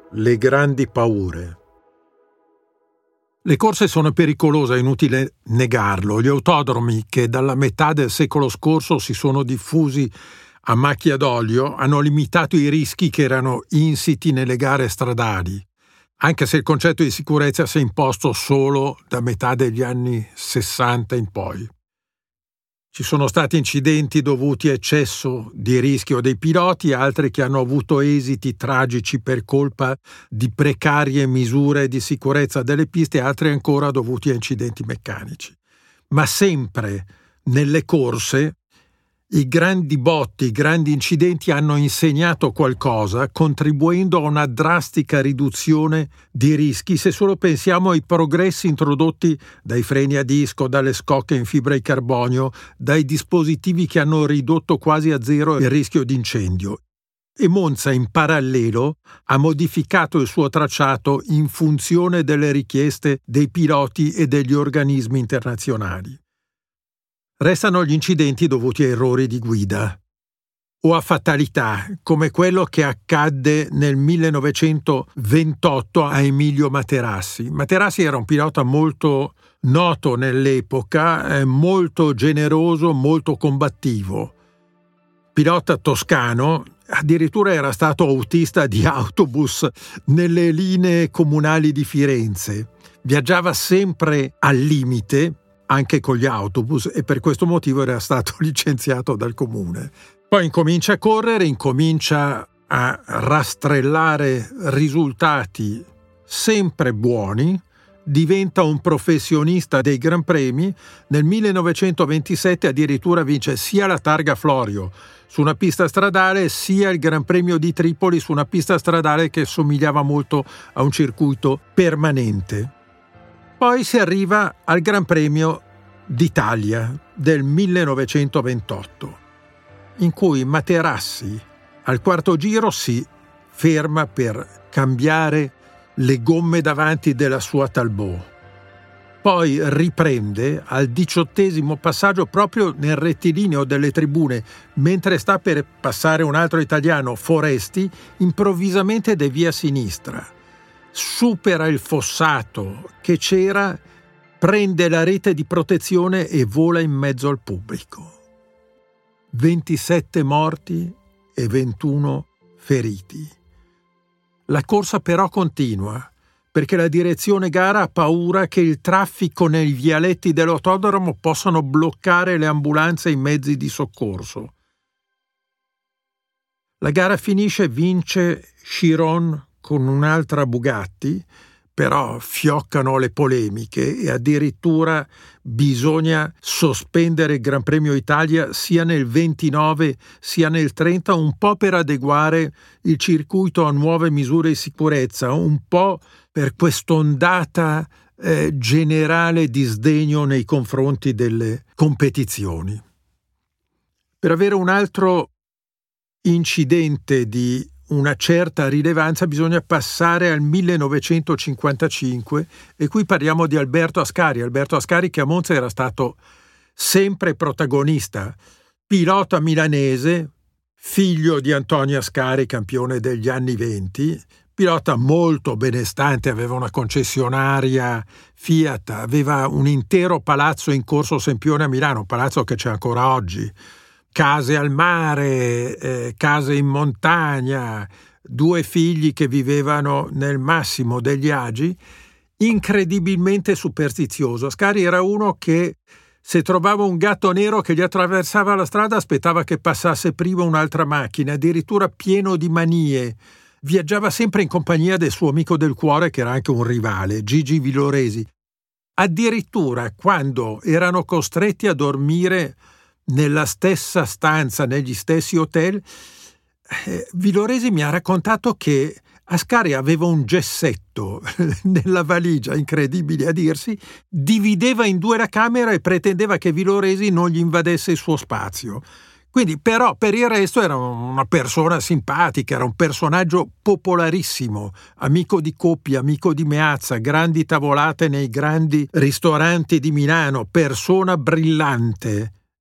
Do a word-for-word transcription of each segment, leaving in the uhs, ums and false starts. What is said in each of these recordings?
Le grandi paure. Le corse sono pericolose, è inutile negarlo. Gli autodromi, che dalla metà del secolo scorso si sono diffusi a macchia d'olio, hanno limitato i rischi che erano insiti nelle gare stradali, anche se il concetto di sicurezza si è imposto solo da metà degli anni sessanta in poi. Ci sono stati incidenti dovuti a eccesso di rischio dei piloti, altri che hanno avuto esiti tragici per colpa di precarie misure di sicurezza delle piste, altri ancora dovuti a incidenti meccanici. Ma sempre nelle corse i grandi botti, i grandi incidenti hanno insegnato qualcosa, contribuendo a una drastica riduzione di rischi, se solo pensiamo ai progressi introdotti dai freni a disco, dalle scocche in fibra di carbonio, dai dispositivi che hanno ridotto quasi a zero il rischio di incendio. E Monza, in parallelo, ha modificato il suo tracciato in funzione delle richieste dei piloti e degli organismi internazionali. Restano gli incidenti dovuti a errori di guida o a fatalità, come quello che accadde nel millenovecentoventotto a Emilio Materassi. Materassi era un pilota molto noto nell'epoca, eh, molto generoso, molto combattivo. Pilota toscano, addirittura era stato autista di autobus nelle linee comunali di Firenze. Viaggiava sempre al limite, anche con gli autobus, e per questo motivo era stato licenziato dal comune. Poi incomincia a correre, incomincia a rastrellare risultati sempre buoni, diventa un professionista dei Gran Premi. Nel millenovecentoventisette addirittura vince sia la Targa Florio su una pista stradale, sia il Gran Premio di Tripoli su una pista stradale che somigliava molto a un circuito permanente. Poi si arriva al Gran Premio d'Italia del millenovecentoventotto, in cui Materassi al quarto giro si ferma per cambiare le gomme davanti della sua Talbot. Poi riprende al diciottesimo passaggio, proprio nel rettilineo delle tribune, mentre sta per passare un altro italiano, Foresti, improvvisamente devia a sinistra. Supera il fossato che c'era, prende la rete di protezione e vola in mezzo al pubblico. ventisette morti e ventuno feriti. La corsa però continua, perché la direzione gara ha paura che il traffico nei vialetti dell'autodromo possano bloccare le ambulanze e i mezzi di soccorso. La gara finisce, vince Chiron con un'altra Bugatti, però fioccano le polemiche e addirittura bisogna sospendere il Gran Premio Italia sia nel ventinove sia nel trenta, un po' per adeguare il circuito a nuove misure di sicurezza, un po' per quest'ondata eh, generale di sdegno nei confronti delle competizioni. Per avere un altro incidente di una certa rilevanza bisogna passare al millenovecentocinquantacinque, e qui parliamo di Alberto Ascari. Alberto Ascari, che a Monza era stato sempre protagonista, pilota milanese, figlio di Antonio Ascari, campione degli anni venti, pilota molto benestante, aveva una concessionaria Fiat, aveva un intero palazzo in Corso Sempione a Milano, un palazzo che c'è ancora oggi. Case al mare, eh, case in montagna, due figli che vivevano nel massimo degli agi, incredibilmente superstizioso. Ascari era uno che, se trovava un gatto nero che gli attraversava la strada, aspettava che passasse prima un'altra macchina, addirittura pieno di manie. Viaggiava sempre in compagnia del suo amico del cuore, che era anche un rivale, Gigi Villoresi. Addirittura quando erano costretti a dormire nella stessa stanza, negli stessi hotel, eh, Villoresi mi ha raccontato che Ascari aveva un gessetto nella valigia, incredibile a dirsi, divideva in due la camera e pretendeva che Villoresi non gli invadesse il suo spazio. Quindi, però, per il resto era una persona simpatica, era un personaggio popolarissimo, amico di coppie, amico di Meazza, grandi tavolate nei grandi ristoranti di Milano, persona brillante.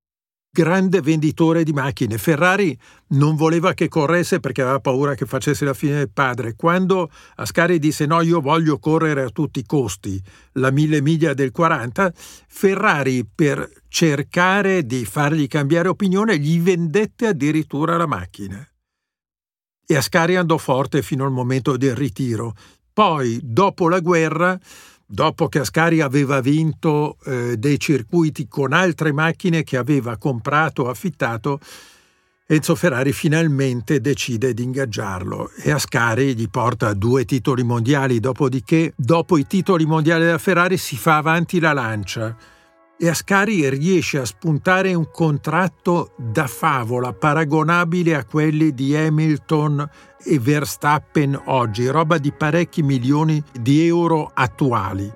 grande venditore di macchine. Ferrari non voleva che corresse perché aveva paura che facesse la fine del padre. Quando Ascari disse no, io voglio correre a tutti i costi la mille miglia del quaranta, Ferrari, per cercare di fargli cambiare opinione, gli vendette addirittura la macchina. E Ascari andò forte fino al momento del ritiro. Poi, dopo la guerra, dopo che Ascari aveva vinto eh, dei circuiti con altre macchine che aveva comprato o affittato, Enzo Ferrari finalmente decide di ingaggiarlo e Ascari gli porta due titoli mondiali, dopodiché, dopo i titoli mondiali della Ferrari, si fa avanti la lancia e Ascari riesce a spuntare un contratto da favola paragonabile a quelli di Hamilton e Verstappen oggi, roba di parecchi milioni di euro attuali.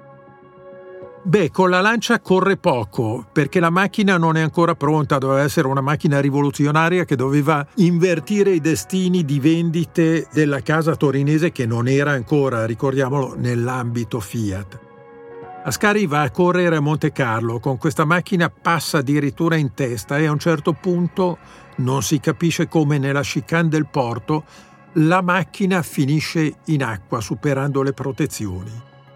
Beh, con la Lancia corre poco perché la macchina non è ancora pronta, doveva essere una macchina rivoluzionaria che doveva invertire i destini di vendite della casa torinese che non era ancora, ricordiamolo, nell'ambito Fiat. Ascari va a correre a Monte Carlo, con questa macchina passa addirittura in testa e a un certo punto, non si capisce come, nella chicane del porto, la macchina finisce in acqua superando le protezioni.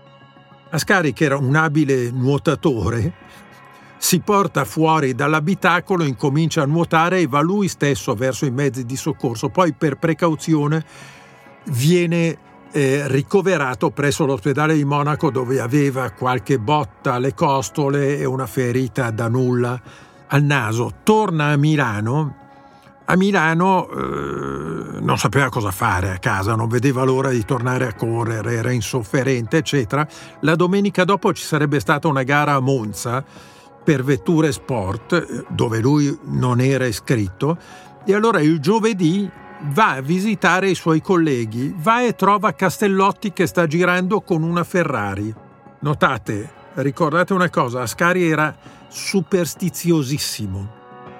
Ascari, che era un abile nuotatore, si porta fuori dall'abitacolo, incomincia a nuotare e va lui stesso verso i mezzi di soccorso. Poi, per precauzione, viene eh, ricoverato presso l'ospedale di Monaco, dove aveva qualche botta alle costole e una ferita da nulla al naso. Torna a Milano. A Milano eh, non sapeva cosa fare a casa, non vedeva l'ora di tornare a correre, era insofferente, eccetera. La domenica dopo ci sarebbe stata una gara a Monza per vetture sport, dove lui non era iscritto, e allora il giovedì va a visitare i suoi colleghi, va e trova Castellotti che sta girando con una Ferrari. Notate, ricordate una cosa, Ascari era superstiziosissimo.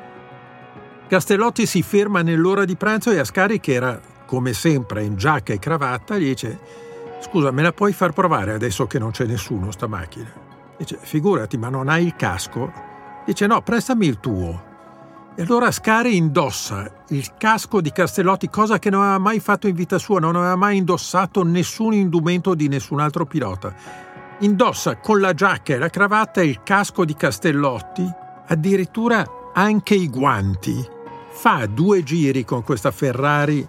Castellotti si ferma nell'ora di pranzo e Ascari, che era come sempre in giacca e cravatta, gli dice: scusa, me la puoi far provare adesso che non c'è nessuno sta macchina? Dice: figurati, ma non hai il casco? Dice: no, prestami il tuo. E allora Ascari indossa il casco di Castellotti, cosa che non aveva mai fatto in vita sua, non aveva mai indossato nessun indumento di nessun altro pilota. Indossa con la giacca e la cravatta il casco di Castellotti, addirittura anche i guanti. Fa due giri con questa Ferrari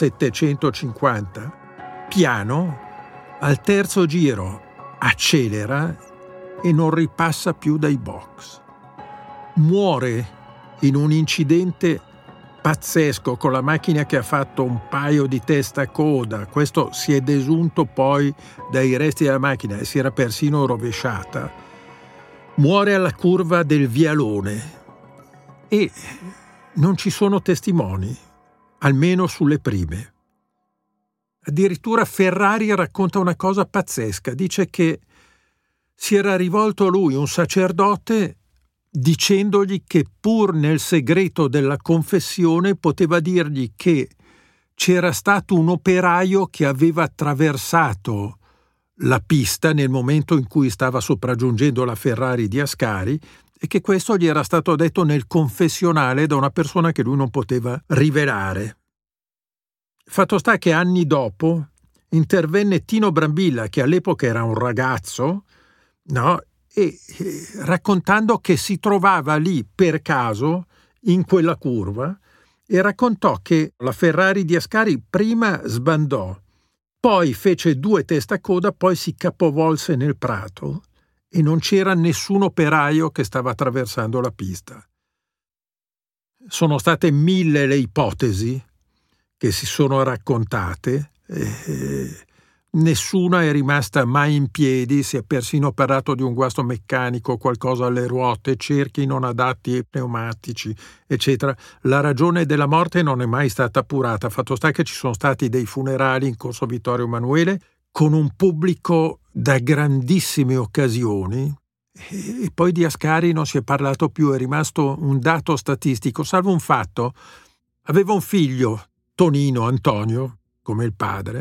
settecentocinquanta, piano, al terzo giro accelera e non ripassa più dai box. Muore in un incidente pazzesco con la macchina che ha fatto un paio di testa a coda. Questo si è desunto poi dai resti della macchina e si era persino rovesciata. Muore alla curva del Vialone e non ci sono testimoni, almeno sulle prime. Addirittura Ferrari racconta una cosa pazzesca, dice che si era rivolto a lui un sacerdote dicendogli che pur nel segreto della confessione poteva dirgli che c'era stato un operaio che aveva attraversato la pista nel momento in cui stava sopraggiungendo la Ferrari di Ascari e che questo gli era stato detto nel confessionale da una persona che lui non poteva rivelare. Fatto sta che anni dopo intervenne Tino Brambilla, che all'epoca era un ragazzo, no? E, e raccontando che si trovava lì per caso in quella curva e raccontò che la Ferrari di Ascari prima sbandò, poi fece due testacoda, poi si capovolse nel prato e non c'era nessun operaio che stava attraversando la pista. Sono state mille le ipotesi che si sono raccontate, e nessuna è rimasta mai in piedi. Si è persino parlato di un guasto meccanico, qualcosa alle ruote, cerchi non adatti ai pneumatici, eccetera. La ragione della morte non è mai stata appurata. Fatto sta che ci sono stati dei funerali in Corso Vittorio Emanuele con un pubblico da grandissime occasioni e poi di Ascari non si è parlato più. È rimasto un dato statistico, salvo un fatto: aveva un figlio, Tonino Antonio, come il padre,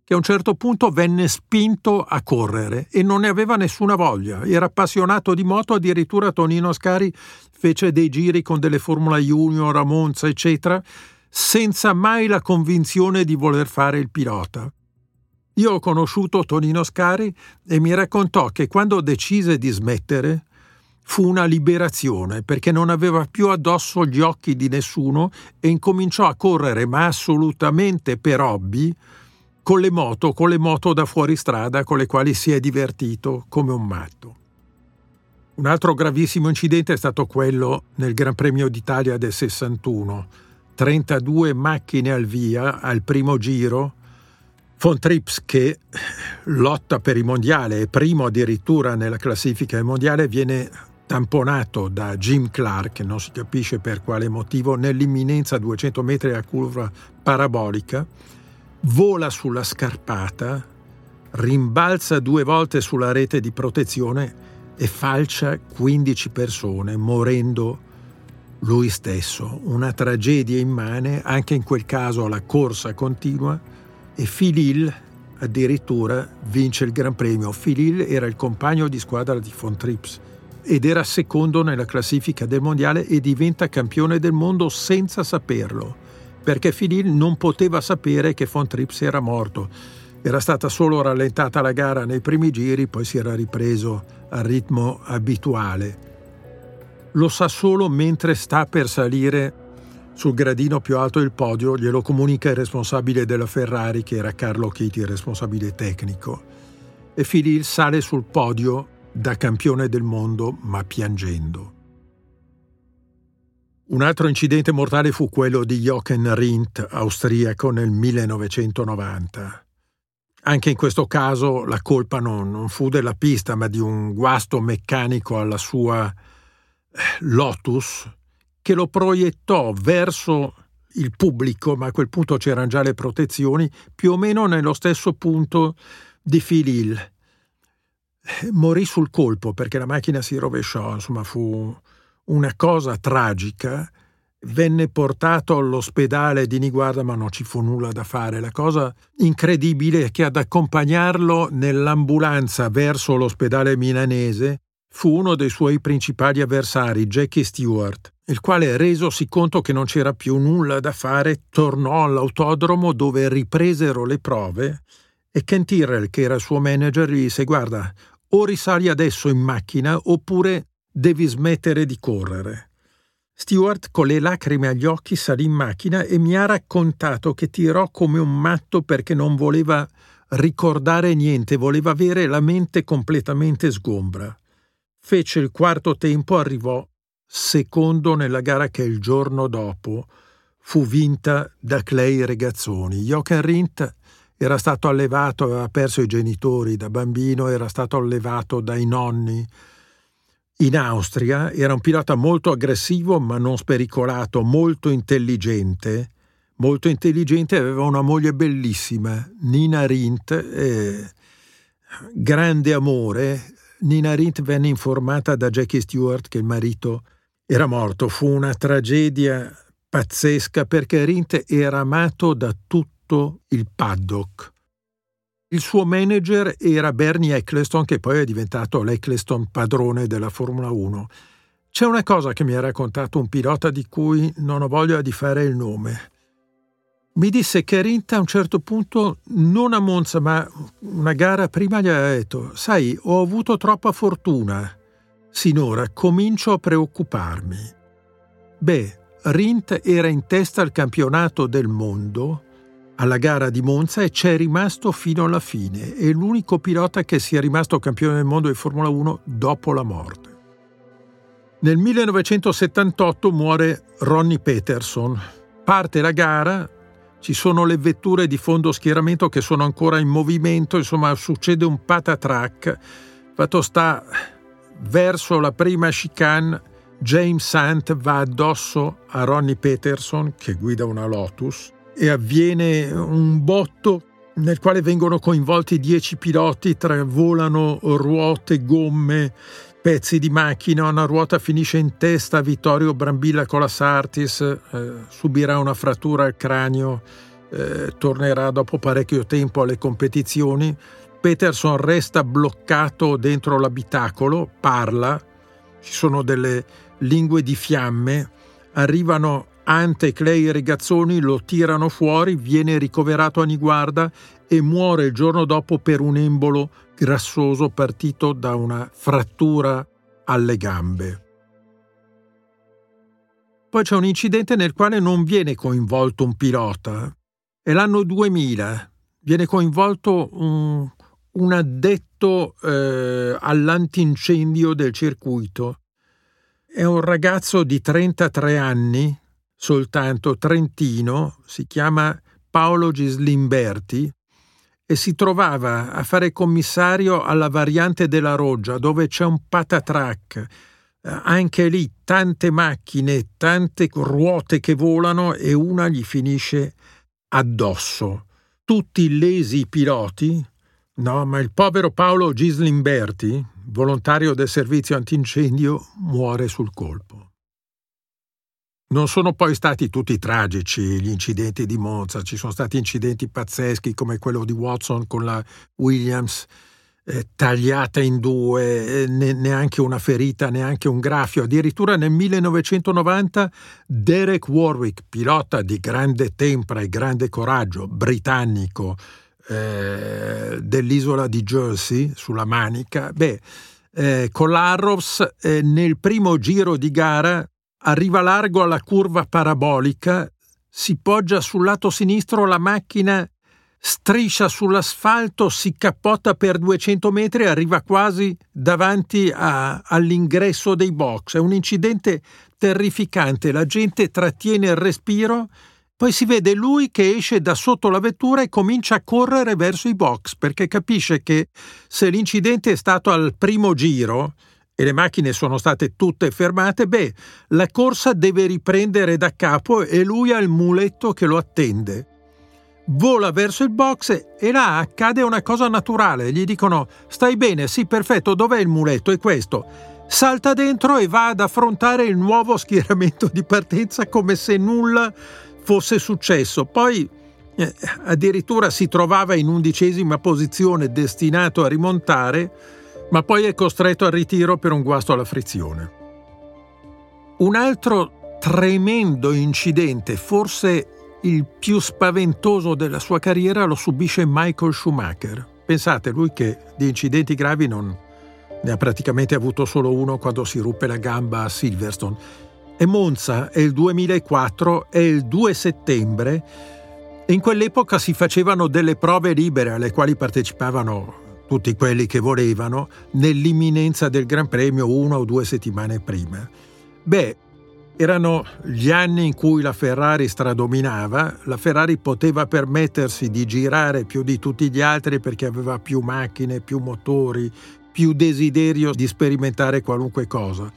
che a un certo punto venne spinto a correre e non ne aveva nessuna voglia. Era appassionato di moto, addirittura Tonino Ascari fece dei giri con delle Formula Junior a Monza, eccetera, senza mai la convinzione di voler fare il pilota. Io ho conosciuto Tonino Ascari e mi raccontò che quando decise di smettere fu una liberazione, perché non aveva più addosso gli occhi di nessuno e incominciò a correre, ma assolutamente per hobby, con le moto, con le moto da fuoristrada con le quali si è divertito come un matto. Un altro gravissimo incidente è stato quello nel Gran Premio d'Italia del sessantuno. trentadue macchine al via al primo giro. Von Trips, che lotta per il mondiale, è primo addirittura nella classifica del mondiale, viene tamponato da Jim Clark, non si capisce per quale motivo, nell'imminenza a duecento metri a curva parabolica, vola sulla scarpata, rimbalza due volte sulla rete di protezione e falcia quindici persone, morendo lui stesso. Una tragedia immane, anche in quel caso la corsa continua, e Phil addirittura vince il Gran Premio. Phil era il compagno di squadra di Von Trips ed era secondo nella classifica del mondiale e diventa campione del mondo senza saperlo, perché Phil non poteva sapere che Von Trips era morto. Era stata solo rallentata la gara nei primi giri, poi si era ripreso al ritmo abituale. Lo sa solo mentre sta per salire sul gradino più alto del podio, glielo comunica il responsabile della Ferrari, che era Carlo Chiti, il responsabile tecnico. E Phil sale sul podio da campione del mondo, ma piangendo. Un altro incidente mortale fu quello di Jochen Rindt, austriaco, nel millenovecentonovanta. Anche in questo caso la colpa non, non fu della pista, ma di un guasto meccanico alla sua Lotus, che lo proiettò verso il pubblico, ma a quel punto c'erano già le protezioni, più o meno nello stesso punto di Phil. Morì sul colpo perché la macchina si rovesciò, insomma fu una cosa tragica. Venne portato all'ospedale di Niguarda, ma non ci fu nulla da fare. La cosa incredibile è che ad accompagnarlo nell'ambulanza verso l'ospedale milanese fu uno dei suoi principali avversari, Jackie Stewart, il quale, resosi conto che non c'era più nulla da fare, tornò all'autodromo dove ripresero le prove e Ken Tyrrell, che era il suo manager, gli disse: guarda, o risali adesso in macchina oppure devi smettere di correre. Stewart, con le lacrime agli occhi, salì in macchina e mi ha raccontato che tirò come un matto perché non voleva ricordare niente, voleva avere la mente completamente sgombra. Fece il quarto tempo, arrivò secondo nella gara che il giorno dopo fu vinta da Clay Regazzoni. Jochen Rindt era stato allevato, aveva perso i genitori da bambino, era stato allevato dai nonni in Austria, era un pilota molto aggressivo ma non spericolato, molto intelligente, molto intelligente, aveva una moglie bellissima, Nina Rindt, eh, grande amore. Nina Rindt venne informata da Jackie Stewart che il marito era morto. Fu una tragedia pazzesca perché Rindt era amato da tutto il paddock. Il suo manager era Bernie Ecclestone, che poi è diventato l'Ecclestone padrone della Formula uno. C'è una cosa che mi ha raccontato un pilota di cui non ho voglia di fare il nome. Mi disse che Rindt a un certo punto, non a Monza, ma una gara prima, gli aveva detto: sai, ho avuto troppa fortuna sinora, comincio a preoccuparmi. Beh, Rindt era in testa al campionato del mondo alla gara di Monza e c'è rimasto fino alla fine. È l'unico pilota che sia rimasto campione del mondo di Formula uno dopo la morte. Nel millenovecentosettantotto muore Ronnie Peterson. Parte la gara, ci sono le vetture di fondo schieramento che sono ancora in movimento, insomma succede un patatrack. Fatto sta, verso la prima chicane James Hunt va addosso a Ronnie Peterson, che guida una Lotus, e avviene un botto nel quale vengono coinvolti dieci piloti, tra volano ruote, gomme, pezzi di macchina. Una ruota finisce in testa a Vittorio Brambilla Colasartis, eh, subirà una frattura al cranio eh, tornerà dopo parecchio tempo alle competizioni. Peterson resta bloccato dentro l'abitacolo, parla, ci sono delle lingue di fiamme, arrivano Ante, Clay e Regazzoni, lo tirano fuori, viene ricoverato a Niguarda e muore il giorno dopo per un embolo grassoso partito da una frattura alle gambe. Poi c'è un incidente nel quale non viene coinvolto un pilota. È l'anno duemila, viene coinvolto un, un addetto eh, all'antincendio del circuito. È un ragazzo di trentatré anni, soltanto trentino, si chiama Paolo Gislimberti e si trovava a fare commissario alla variante della Roggia, dove c'è un patatrack. Anche lì tante macchine, tante ruote che volano e una gli finisce addosso. Tutti lesi i piloti, no, ma il povero Paolo Gislimberti, volontario del servizio antincendio, muore sul colpo. Non sono poi stati tutti tragici gli incidenti di Monza, ci sono stati incidenti pazzeschi come quello di Watson con la Williams eh, tagliata in due, eh, ne, neanche una ferita, neanche un graffio. Addirittura nel millenovecentonovanta Derek Warwick, pilota di grande tempra e grande coraggio, britannico, eh, dell'isola di Jersey, sulla Manica, beh, eh, con l'Arrows eh, nel primo giro di gara arriva largo alla curva parabolica, si poggia sul lato sinistro, la macchina striscia sull'asfalto, si cappotta per duecento metri e arriva quasi davanti a, all'ingresso dei box. È un incidente terrificante, la gente trattiene il respiro, poi si vede lui che esce da sotto la vettura e comincia a correre verso i box, perché capisce che se l'incidente è stato al primo giro e le macchine sono state tutte fermate, beh, la corsa deve riprendere da capo e lui ha il muletto che lo attende. Vola verso il box e là accade una cosa naturale. Gli dicono: stai bene? Sì, perfetto, dov'è il muletto? È questo. Salta dentro e va ad affrontare il nuovo schieramento di partenza come se nulla fosse successo. Poi eh, addirittura si trovava in undicesima posizione, destinato a rimontare, ma poi è costretto al ritiro per un guasto alla frizione. Un altro tremendo incidente, forse il più spaventoso della sua carriera, lo subisce Michael Schumacher. Pensate, lui che di incidenti gravi non ne ha praticamente avuto solo uno quando si ruppe la gamba a Silverstone. E Monza è il duemilaquattro, è il due settembre, e in quell'epoca si facevano delle prove libere alle quali partecipavano tutti quelli che volevano, nell'imminenza del Gran Premio una o due settimane prima. Beh, erano gli anni in cui la Ferrari stradominava, la Ferrari poteva permettersi di girare più di tutti gli altri perché aveva più macchine, più motori, più desiderio di sperimentare qualunque cosa.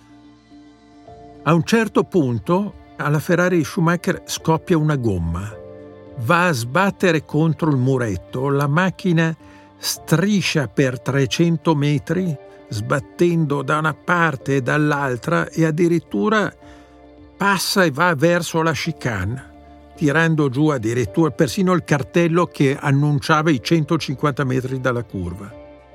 A un certo punto alla Ferrari Schumacher scoppia una gomma, va a sbattere contro il muretto, la macchina striscia per trecento metri, sbattendo da una parte e dall'altra, e addirittura passa e va verso la chicane, tirando giù addirittura persino il cartello che annunciava i centocinquanta metri dalla curva.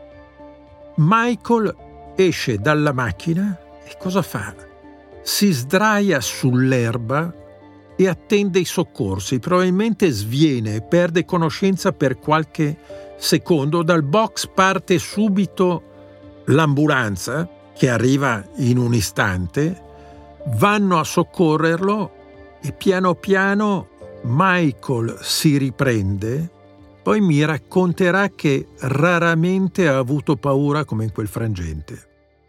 Michael esce dalla macchina e cosa fa? Si sdraia sull'erba e attende i soccorsi. Probabilmente sviene e perde conoscenza per qualche secondo. Dal box parte subito l'ambulanza, che arriva in un istante, vanno a soccorrerlo e piano piano Michael si riprende. Poi mi racconterà che raramente ha avuto paura come in quel frangente.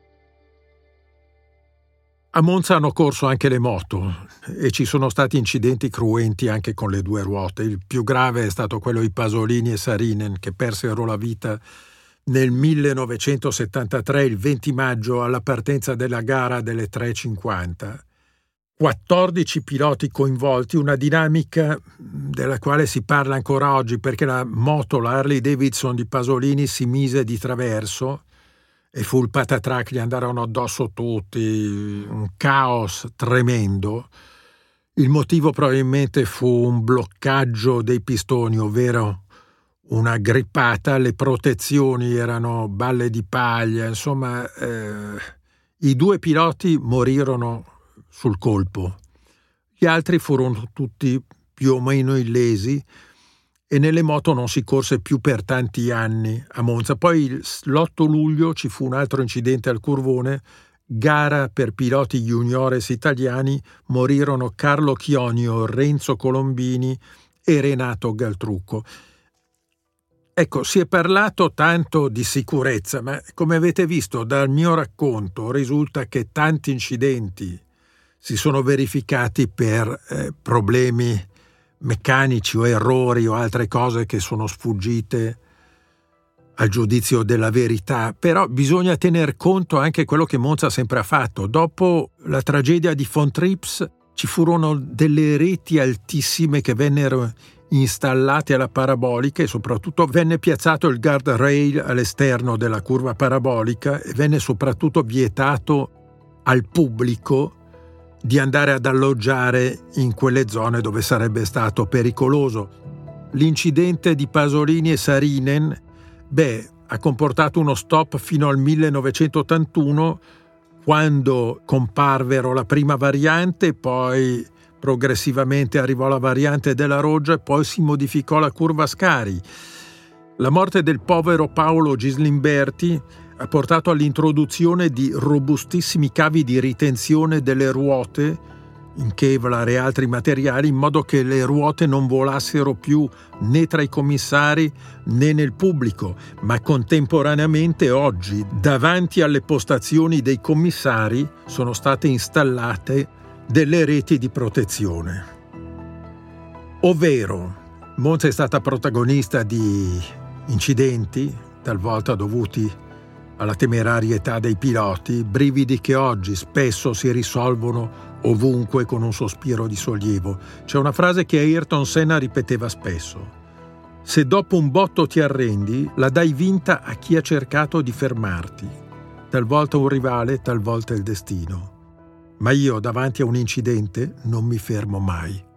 A Monza hanno corso anche le moto e ci sono stati incidenti cruenti anche con le due ruote. Il più grave è stato quello di Pasolini e Saarinen, che persero la vita nel millenovecentosettantatré, il venti maggio, alla partenza della gara delle tre e cinquanta. quattordici piloti coinvolti, una dinamica della quale si parla ancora oggi, perché la moto, la Harley Davidson di Pasolini, si mise di traverso e fu il patatrac, gli andarono addosso tutti, un caos tremendo. Il motivo probabilmente fu un bloccaggio dei pistoni, ovvero una grippata, le protezioni erano balle di paglia, insomma eh, i due piloti morirono sul colpo. Gli altri furono tutti più o meno illesi e nelle moto non si corse più per tanti anni a Monza. Poi l'otto luglio ci fu un altro incidente al Curvone, gara per piloti juniores italiani, morirono Carlo Chionio, Renzo Colombini e Renato Galtrucco. Ecco, si è parlato tanto di sicurezza, ma come avete visto dal mio racconto risulta che tanti incidenti si sono verificati per eh, problemi meccanici o errori o altre cose che sono sfuggite al giudizio della verità. Però bisogna tener conto anche quello che Monza ha sempre fatto. Dopo la tragedia di Von Trips ci furono delle reti altissime che vennero installate alla parabolica e soprattutto venne piazzato il guardrail all'esterno della curva parabolica e venne soprattutto vietato al pubblico di andare ad alloggiare in quelle zone dove sarebbe stato pericoloso. L'incidente di Pasolini e Saarinen, beh, ha comportato uno stop fino al millenovecentottantuno, quando comparvero la prima variante, poi progressivamente arrivò la variante della Roggia e poi si modificò la curva Ascari. La morte del povero Paolo Gislimberti ha portato all'introduzione di robustissimi cavi di ritenzione delle ruote in Kevlar e altri materiali, in modo che le ruote non volassero più né tra i commissari né nel pubblico, ma contemporaneamente oggi davanti alle postazioni dei commissari sono state installate delle reti di protezione. Ovvero, Monza è stata protagonista di incidenti, talvolta dovuti alla temerarietà dei piloti, brividi che oggi spesso si risolvono ovunque con un sospiro di sollievo. C'è una frase che Ayrton Senna ripeteva spesso: se dopo un botto ti arrendi, la dai vinta a chi ha cercato di fermarti, talvolta un rivale, talvolta il destino. Ma io davanti a un incidente non mi fermo mai.